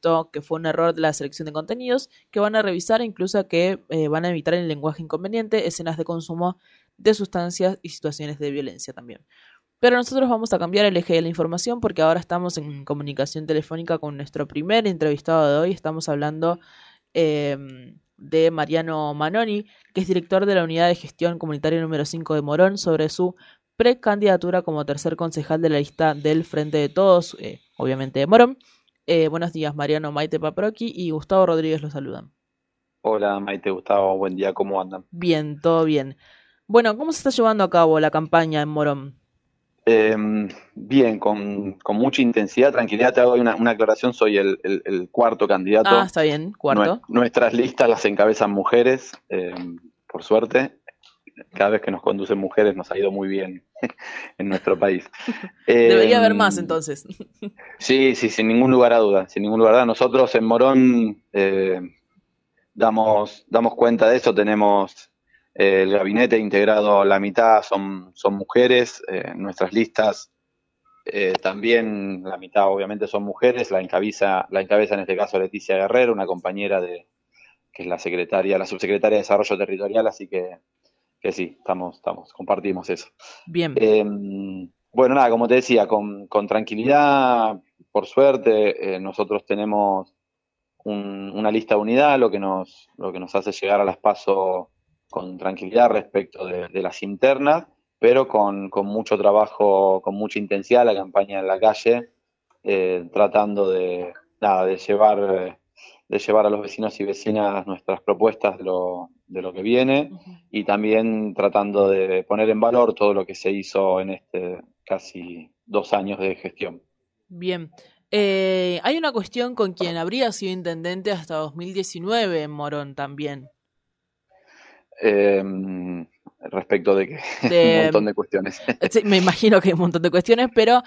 esto que fue un error de la selección de contenidos, que van a revisar, incluso que van a evitar el lenguaje inconveniente, escenas de consumo de sustancias y situaciones de violencia también. Pero nosotros vamos a cambiar el eje de la información porque ahora estamos en comunicación telefónica con nuestro primer entrevistado de hoy. Estamos hablando de Mariano Manoni, que es director de la Unidad de Gestión Comunitaria número 5 de Morón, sobre su precandidatura como tercer concejal de la lista del Frente de Todos, obviamente de Morón. Buenos días, Mariano, Maite Paproqui y Gustavo Rodríguez los saludan. Hola Maite, Gustavo, buen día, ¿cómo andan? Bien, todo bien. Bueno, ¿cómo se está llevando a cabo la campaña en Morón? Bien, con mucha intensidad, tranquilidad, te hago una aclaración, soy el cuarto Ah, candidato. está bien, cuarto. Nuestras listas las encabezan mujeres, por suerte, cada vez que nos conducen mujeres nos ha ido muy bien en nuestro país. Debería haber más Em, entonces. sí, sí, sin ningún lugar a duda, sin ningún lugar a duda. Nosotros en Morón damos cuenta de eso, tenemos el gabinete integrado, la mitad son mujeres, nuestras listas también la mitad obviamente son mujeres, la encabeza en este caso Leticia Guerrero, una compañera que es la subsecretaria de Desarrollo Territorial, así que sí, compartimos eso. Bien. Eh, bueno, nada, como te decía, con tranquilidad, por suerte, nosotros tenemos una lista de unidad, lo que nos hace llegar a las PASO con tranquilidad respecto de las internas, pero con mucho trabajo, con mucha intensidad, la campaña en la calle, tratando nada, de llevar a los vecinos y vecinas nuestras propuestas de lo que viene Ujú. y también tratando de poner en valor todo lo que se hizo en este casi 2 años de gestión. Bien. Hay una cuestión con quien habría sido intendente hasta 2019 en Morón también. Eh, Respecto de que un montón De, de cuestiones. sí, me imagino que hay un montón de cuestiones, pero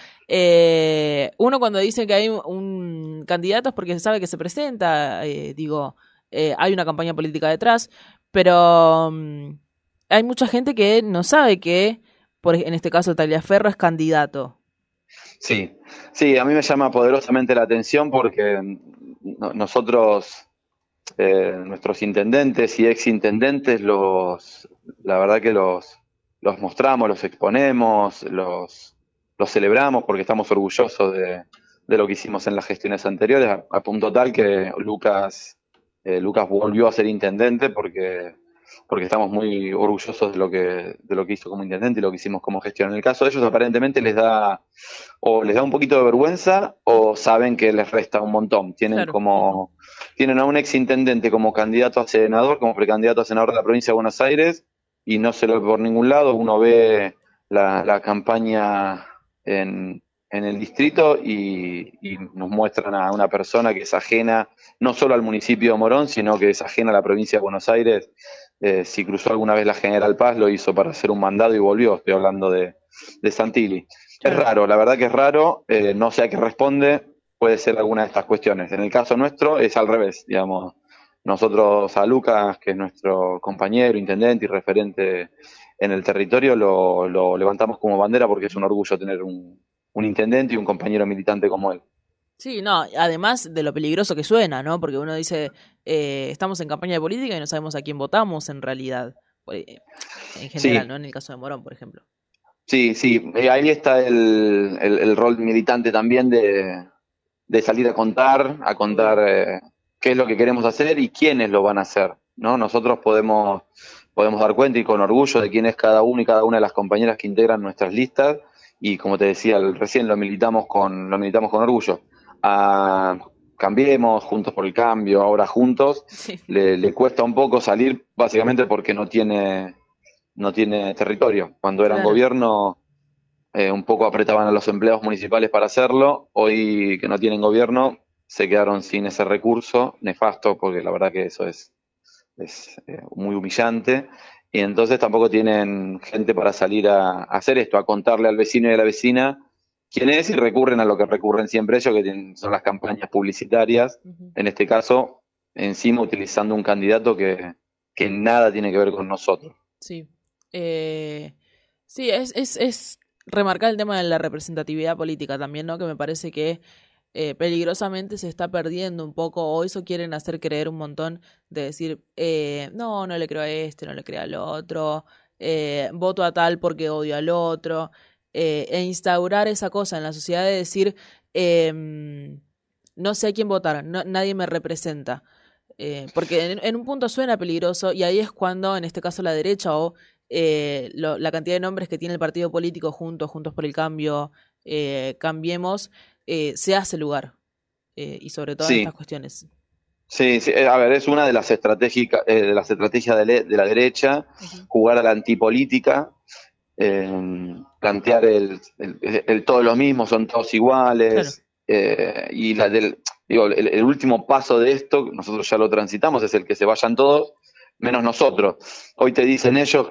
uno cuando dice que hay un candidato es porque se sabe que se presenta, hay una campaña política detrás, pero hay mucha gente que no sabe que, en este caso, Tagliaferro es candidato. Sí, sí, a mí me llama poderosamente la atención porque nosotros, nuestros intendentes y exintendentes, la verdad que los mostramos, los exponemos, los celebramos porque estamos orgullosos de lo que hicimos en las gestiones anteriores, a punto tal que Lucas volvió a ser intendente porque estamos muy orgullosos de lo que hizo como intendente y lo que hicimos como gestión. En el caso de ellos, aparentemente les da un poquito de vergüenza o saben que les resta un montón. Claro. Tienen a un ex intendente como candidato a senador, como precandidato a senador de la provincia de Buenos Aires, y no se lo ve por ningún lado. Uno ve la campaña en el distrito y nos muestran a una persona que es ajena no solo al municipio de Morón, sino que es ajena a la provincia de Buenos Aires. Si cruzó alguna vez la General Paz, lo hizo para hacer un mandado y volvió. Estoy hablando de Santilli. Es Claro. raro, la verdad que es raro, no sé a qué responde, puede ser alguna de estas cuestiones. En el caso nuestro es al revés, digamos. Nosotros a Lucas, que es nuestro compañero, intendente y referente en el territorio, lo levantamos como bandera porque es un orgullo tener un intendente y un compañero militante como él. Sí, no, además de lo peligroso que suena, ¿no? Porque uno dice, estamos en campaña de política y no sabemos a quién votamos en realidad, en general, ¿no? Sí, En el caso de Morón, por ejemplo. sí, sí, ahí está el rol militante también de salir a contar Obvio. qué es lo que queremos hacer y quiénes lo van a hacer, ¿no? Nosotros podemos dar cuenta y con orgullo de quién es cada uno y cada una de las compañeras que integran nuestras listas y como te decía, recién lo militamos con orgullo. A Cambiemos, Juntos por el Cambio, ahora Juntos, Sí, le cuesta un poco salir básicamente porque no tiene territorio. Cuando eran claro. gobierno un poco apretaban a los empleados municipales para hacerlo. Hoy que no tienen gobierno, se quedaron sin ese recurso nefasto, porque la verdad que eso es muy humillante. Y entonces tampoco tienen gente para salir a hacer esto, a contarle al vecino y a la vecina quién es y recurren a lo que recurren siempre ellos, que son las campañas publicitarias. Ujú. En este caso, encima utilizando un candidato que nada tiene que ver con nosotros. Sí. Eh, sí, es remarcar el tema de la representatividad política también, ¿no? Que me parece que peligrosamente se está perdiendo un poco, o eso quieren hacer creer un montón, de decir, no, no le creo a este, no le creo al otro, voto a tal porque odio al otro, e instaurar esa cosa en la sociedad de decir, no sé a quién votar, nadie me representa. Porque en un punto suena peligroso y ahí es cuando, en este caso, la derecha o la cantidad de nombres que tiene el partido político Juntos por el Cambio, Cambiemos, se hace lugar, y sobre todo en estas Sí, cuestiones. sí, sí. A ver, es una de las de las estrategias de la derecha, Ujú. jugar a la antipolítica, plantear el todos los mismos, son todos Claro, iguales, y digo, el último paso de esto, nosotros ya lo transitamos, es el que se vayan todos, menos nosotros. Hoy te dicen ellos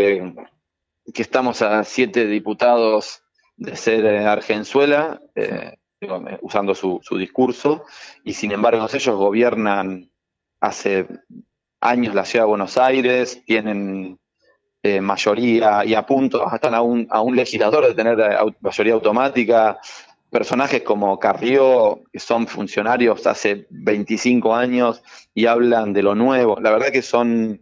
que estamos a 7 diputados de ser Argenzuela, digo, usando su discurso, y sin embargo ellos gobiernan hace años la ciudad de Buenos Aires, tienen mayoría y a punto, están a un legislador de tener mayoría automática, personajes como Carrió, que son funcionarios hace 25 años y hablan de lo nuevo. La verdad que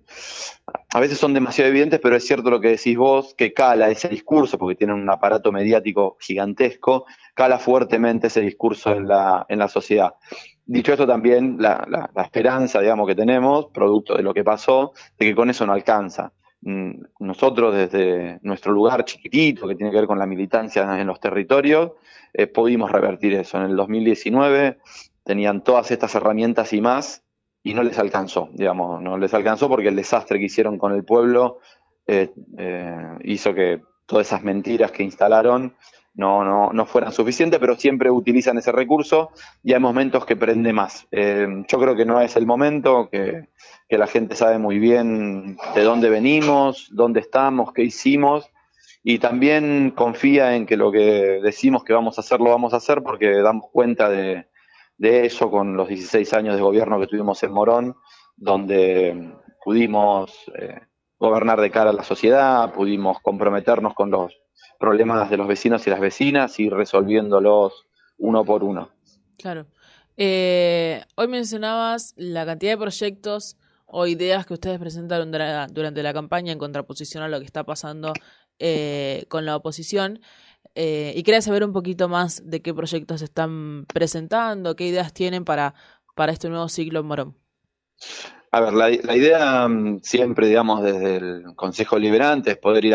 a veces son demasiado evidentes, pero es cierto lo que decís vos, que cala ese discurso, porque tienen un aparato mediático gigantesco, cala fuertemente ese discurso en la sociedad. Dicho esto, también la esperanza, digamos, que tenemos, producto de lo que pasó, de que con eso no alcanza. Nosotros desde nuestro lugar chiquitito, que tiene que ver con la militancia en los territorios, pudimos revertir eso. En el 2019 tenían todas estas herramientas y más, y no les alcanzó, digamos, no les alcanzó porque el desastre que hicieron con el pueblo hizo que todas esas mentiras que instalaron no fueran suficientes, pero siempre utilizan ese recurso y hay momentos que prende más. Yo creo que no es el momento, que la gente sabe muy bien de dónde venimos, dónde estamos, qué hicimos, y también confía en que lo que decimos que vamos a hacer, lo vamos a hacer porque damos cuenta de eso con los 16 años de gobierno que tuvimos en Morón, donde pudimos gobernar de cara a la sociedad, pudimos comprometernos con los problemas de los vecinos y las vecinas y resolviéndolos uno por uno. claro. Hoy mencionabas la cantidad de proyectos o ideas que ustedes presentaron durante la campaña en contraposición a lo que está pasando con la oposición. Y quería saber un poquito más de qué proyectos están presentando, qué ideas tienen para este nuevo ciclo en Morón. A ver, la idea siempre, digamos, desde el Consejo Liberante es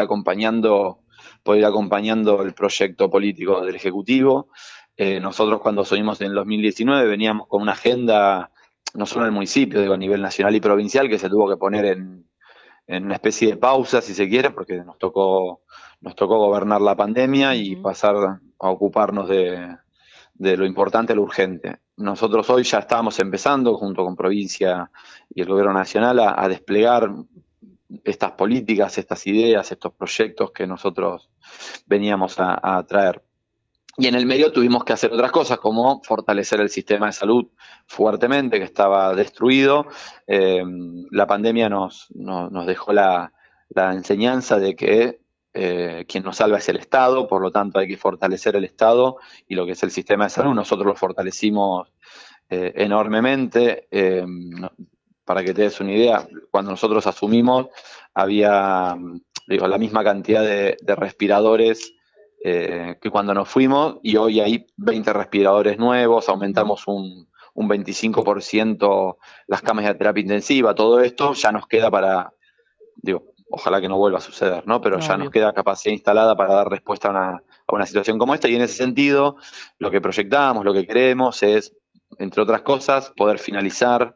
poder ir acompañando el proyecto político del Ejecutivo. Nosotros cuando asumimos en el 2019 veníamos con una agenda, no solo en el municipio, digo, a nivel nacional y provincial, que se tuvo que poner en una especie de pausa, si se quiere, porque nos tocó gobernar la pandemia y Ujú. pasar a ocuparnos de lo importante a lo urgente. Nosotros hoy ya estamos empezando, junto con provincia y el gobierno nacional, a desplegar estas políticas, estas ideas, estos proyectos que nosotros veníamos a traer. Y en el medio tuvimos que hacer otras cosas, como fortalecer el sistema de salud fuertemente, que estaba destruido. La pandemia nos dejó la enseñanza de que quien nos salva es el Estado, por lo tanto hay que fortalecer el Estado y lo que es el sistema de salud. Nosotros lo fortalecimos enormemente. Para que te des una idea, cuando nosotros asumimos había, digo, la misma cantidad de respiradores que cuando nos fuimos, y hoy hay 20 respiradores nuevos, Ujú. aumentamos un 25% las camas de terapia intensiva. Todo esto ya nos queda para, digo, ojalá que no vuelva a suceder, ¿no? Pero No, ya nos obvio. queda capacidad instalada para dar respuesta a una situación como esta, y en ese sentido lo que proyectamos, lo que queremos es, entre otras cosas, poder finalizar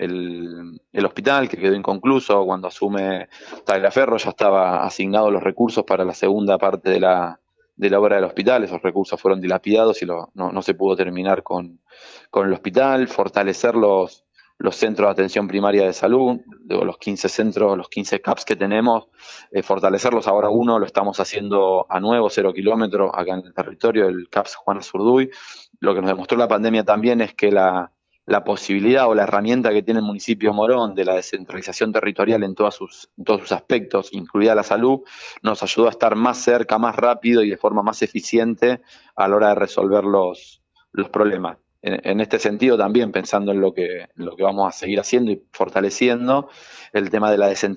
el hospital que quedó inconcluso. Cuando asume Tagliaferro ya estaba asignado los recursos para la segunda parte de la obra del hospital. Esos recursos fueron dilapidados y no se pudo terminar con el hospital. Fortalecer los centros de atención primaria de salud, los 15 centros, los 15 CAPS que tenemos, fortalecerlos. Ahora uno lo estamos haciendo a nuevo, 0 kilómetros, acá en el territorio, el CAPS Juan Azurduy. Lo que nos demostró la pandemia también es que la posibilidad o la herramienta que tiene el municipio de Morón de la descentralización territorial en todos sus aspectos, incluida la salud, nos ayudó a estar más cerca, más rápido y de forma más eficiente a la hora de resolver los problemas. En este sentido también, pensando en lo que vamos a seguir haciendo y fortaleciendo, el tema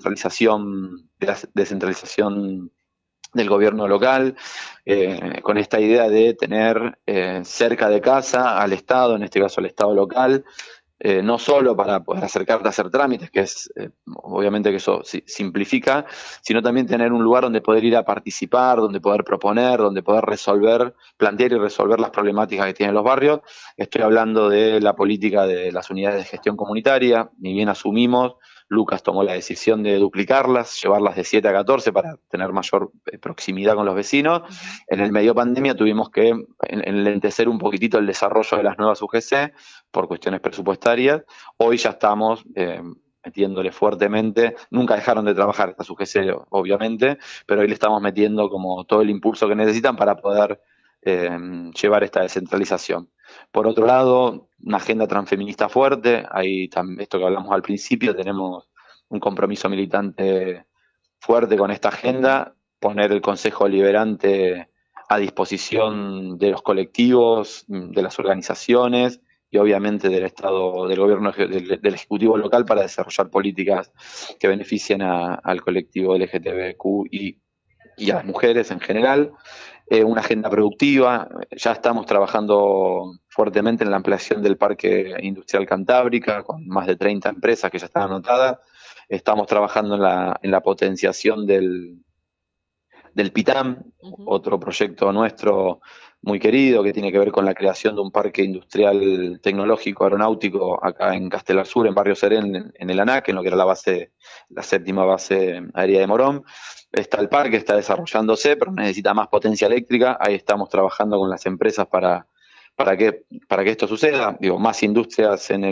de la descentralización del gobierno local, con esta idea de tener cerca de casa al Estado, en este caso al Estado local, no solo para poder acercarte a hacer trámites, que es obviamente que eso simplifica, sino también tener un lugar donde poder ir a participar, donde poder proponer, donde poder resolver, plantear y resolver las problemáticas que tienen los barrios. Estoy hablando de la política de las unidades de gestión comunitaria, ni bien asumimos, Lucas tomó la decisión de duplicarlas, llevarlas de 7 a 14 para tener mayor proximidad con los vecinos. En el medio pandemia tuvimos que enlentecer un poquitito el desarrollo de las nuevas UGC por cuestiones presupuestarias. Hoy ya estamos metiéndole fuertemente, nunca dejaron de trabajar estas UGC, obviamente, pero hoy le estamos metiendo como todo el impulso que necesitan para poder llevar esta descentralización. Por otro lado, una agenda transfeminista fuerte, ahí esto que hablamos al principio, tenemos un compromiso militante fuerte con esta agenda, poner el Consejo Deliberante a disposición de los colectivos, de las organizaciones y obviamente del Estado, del gobierno, del Ejecutivo local para desarrollar políticas que beneficien al colectivo LGTBQ y a las mujeres en general. Una agenda productiva, ya estamos trabajando fuertemente en la ampliación del Parque Industrial Cantábrica, con más de 30 empresas que ya están anotadas. Estamos trabajando en la potenciación del PITAM, otro proyecto nuestro muy querido que tiene que ver con la creación de un parque industrial tecnológico aeronáutico acá en Castelar Sur, en Barrio Serén, en el ANAC, en lo que era la séptima base aérea de Morón. Está el parque, está desarrollándose, pero necesita más potencia eléctrica. Ahí estamos trabajando con las empresas para que esto suceda. Digo, más industrias en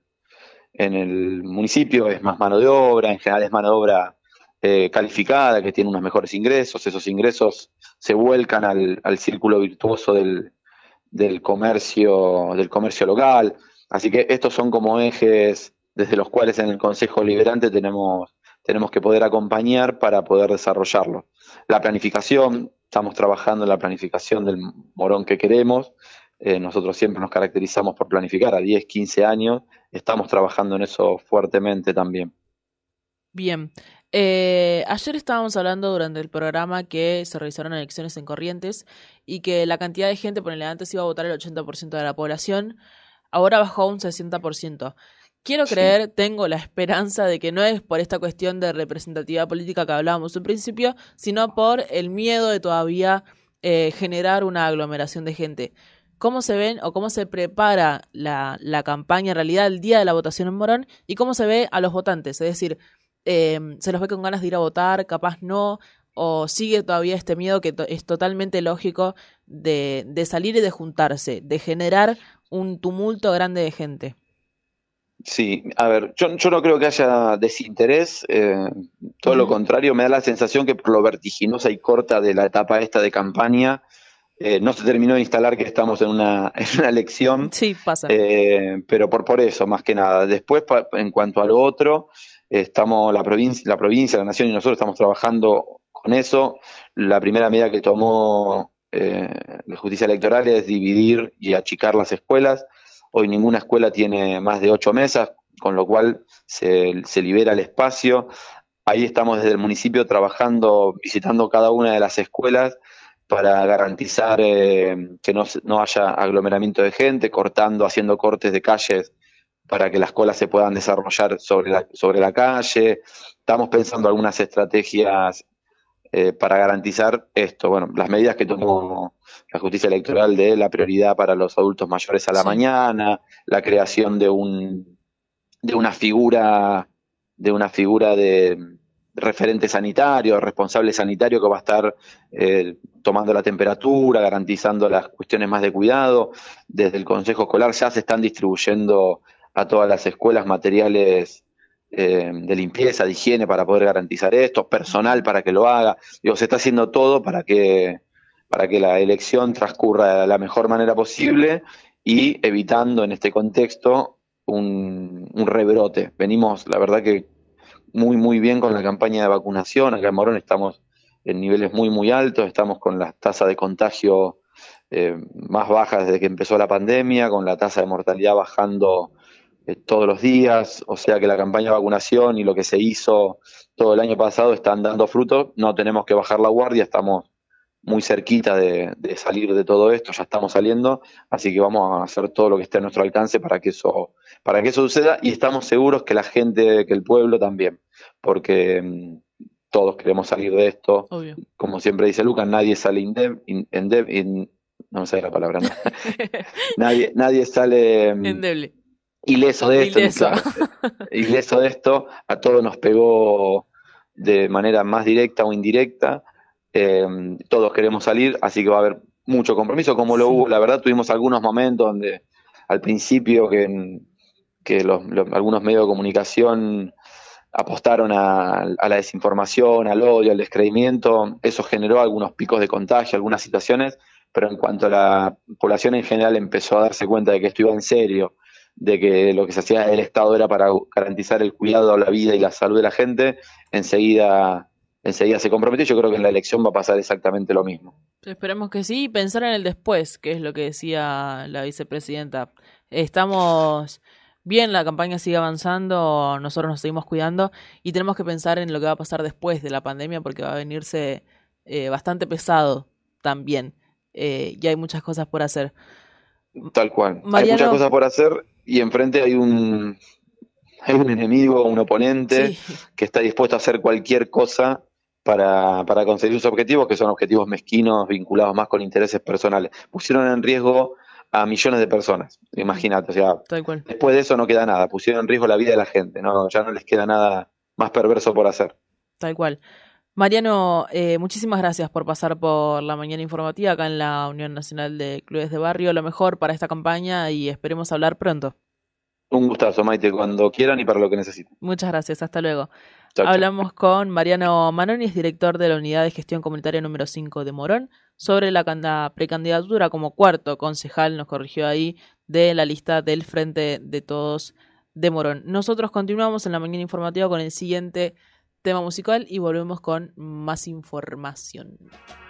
el municipio, es más mano de obra, en general es mano de obra calificada, que tiene unos mejores ingresos. Esos ingresos se vuelcan al círculo virtuoso del comercio local. Así que estos son como ejes desde los cuales en el Consejo Deliberante tenemos que poder acompañar para poder desarrollarlo. La planificación, estamos trabajando en la planificación del Morón que queremos. Nosotros siempre nos caracterizamos por planificar a 10, 15 años. Estamos trabajando en eso fuertemente también. Bien. Ayer estábamos hablando durante el programa que se realizaron elecciones en Corrientes y que la cantidad de gente, ponele, antes iba a votar el 80% de la población, ahora bajó a un 60%. Quiero creer, tengo la esperanza de que no es por esta cuestión de representatividad política que hablábamos en principio, sino por el miedo de todavía generar una aglomeración de gente. ¿Cómo se ven o cómo se prepara la campaña en realidad el día de la votación en Morón y cómo se ve a los votantes? Es decir, se los ve con ganas de ir a votar, capaz no, o sigue todavía este miedo que es totalmente lógico de salir y de juntarse, de generar un tumulto grande de gente. Sí, a ver, yo no creo que haya desinterés, todo lo contrario, me da la sensación que por lo vertiginosa y corta de la etapa esta de campaña, no se terminó de instalar que estamos en en una elección, Sí, pasa. pero por eso, más que nada. Después, en cuanto a lo otro, la nación y nosotros estamos trabajando con eso. La primera medida que tomó la justicia electoral es dividir y achicar las escuelas. Hoy ninguna escuela tiene más de 8 mesas, con lo cual se libera el espacio. Ahí estamos desde el municipio trabajando, visitando cada una de las escuelas para garantizar que no haya aglomeramiento de gente, haciendo cortes de calles para que las colas se puedan desarrollar sobre la calle. Estamos pensando algunas estrategias para garantizar esto. Bueno, las medidas que tomó la justicia electoral de la prioridad para los adultos mayores a la mañana, la creación de una figura de referente sanitario, responsable sanitario que va a estar tomando la temperatura, garantizando las cuestiones más de cuidado. Desde el Consejo Escolar ya se están distribuyendo a todas las escuelas materiales de limpieza, de higiene para poder garantizar esto, personal para que lo haga. Digo, se está haciendo todo para que la elección transcurra de la mejor manera posible y evitando en este contexto un rebrote. Venimos, la verdad que muy, muy bien con la campaña de vacunación. Acá en Morón estamos en niveles muy, muy altos, estamos con las tasas de contagio más baja desde que empezó la pandemia, con la tasa de mortalidad bajando todos los días, o sea que la campaña de vacunación y lo que se hizo todo el año pasado están dando frutos, no tenemos que bajar la guardia, estamos muy cerquita de salir de todo esto, ya estamos saliendo, así que vamos a hacer todo lo que esté a nuestro alcance para que eso suceda y estamos seguros que la gente, que el pueblo también, porque todos queremos salir de esto. Obvio. Como siempre dice Lucas, nadie sale no me sale la palabra, ¿no? Nadie sale Endeble. ileso de esto, Ileso. claro, ileso de esto, a todos nos pegó de manera más directa o indirecta, todos queremos salir, así que va a haber mucho compromiso, como lo Sí. hubo, la verdad tuvimos algunos momentos donde al principio que algunos medios de comunicación apostaron a la desinformación, al odio, al descreimiento, eso generó algunos picos de contagio, algunas situaciones, pero en cuanto a la población en general empezó a darse cuenta de que esto iba en serio, de que lo que se hacía del Estado era para garantizar el cuidado a la vida y la salud de la gente, enseguida se comprometió. Yo creo que en la elección va a pasar exactamente lo mismo. Esperemos que sí, y pensar en el después, que es lo que decía la vicepresidenta. Estamos bien, la campaña sigue avanzando, nosotros nos seguimos cuidando y tenemos que pensar en lo que va a pasar después de la pandemia porque va a venirse bastante pesado también y hay muchas cosas por hacer. Tal cual. Hay muchas Mariano, cosas por hacer y enfrente hay un enemigo, un oponente sí, que está dispuesto a hacer cualquier cosa para conseguir sus objetivos, que son objetivos mezquinos vinculados más con intereses personales. Pusieron en riesgo a millones de personas, imagínate, o sea, tal cual, después de eso no queda nada, pusieron en riesgo la vida de la gente, no, ya no les queda nada más perverso por hacer. tal cual. Mariano, muchísimas gracias por pasar por la mañana informativa acá en la Unión Nacional de Clubes de Barrio. Lo mejor para esta campaña y esperemos hablar pronto. Un gustazo, Maite, cuando quieran y para lo que necesiten. Muchas gracias, hasta luego. Chao, chao. Hablamos con Mariano Manoni, es director de la Unidad de Gestión Comunitaria número 5 de Morón, sobre la precandidatura como cuarto concejal, nos corrigió ahí, de la lista del Frente de Todos de Morón. Nosotros continuamos en la mañana informativa con el siguiente tema musical y volvemos con más información.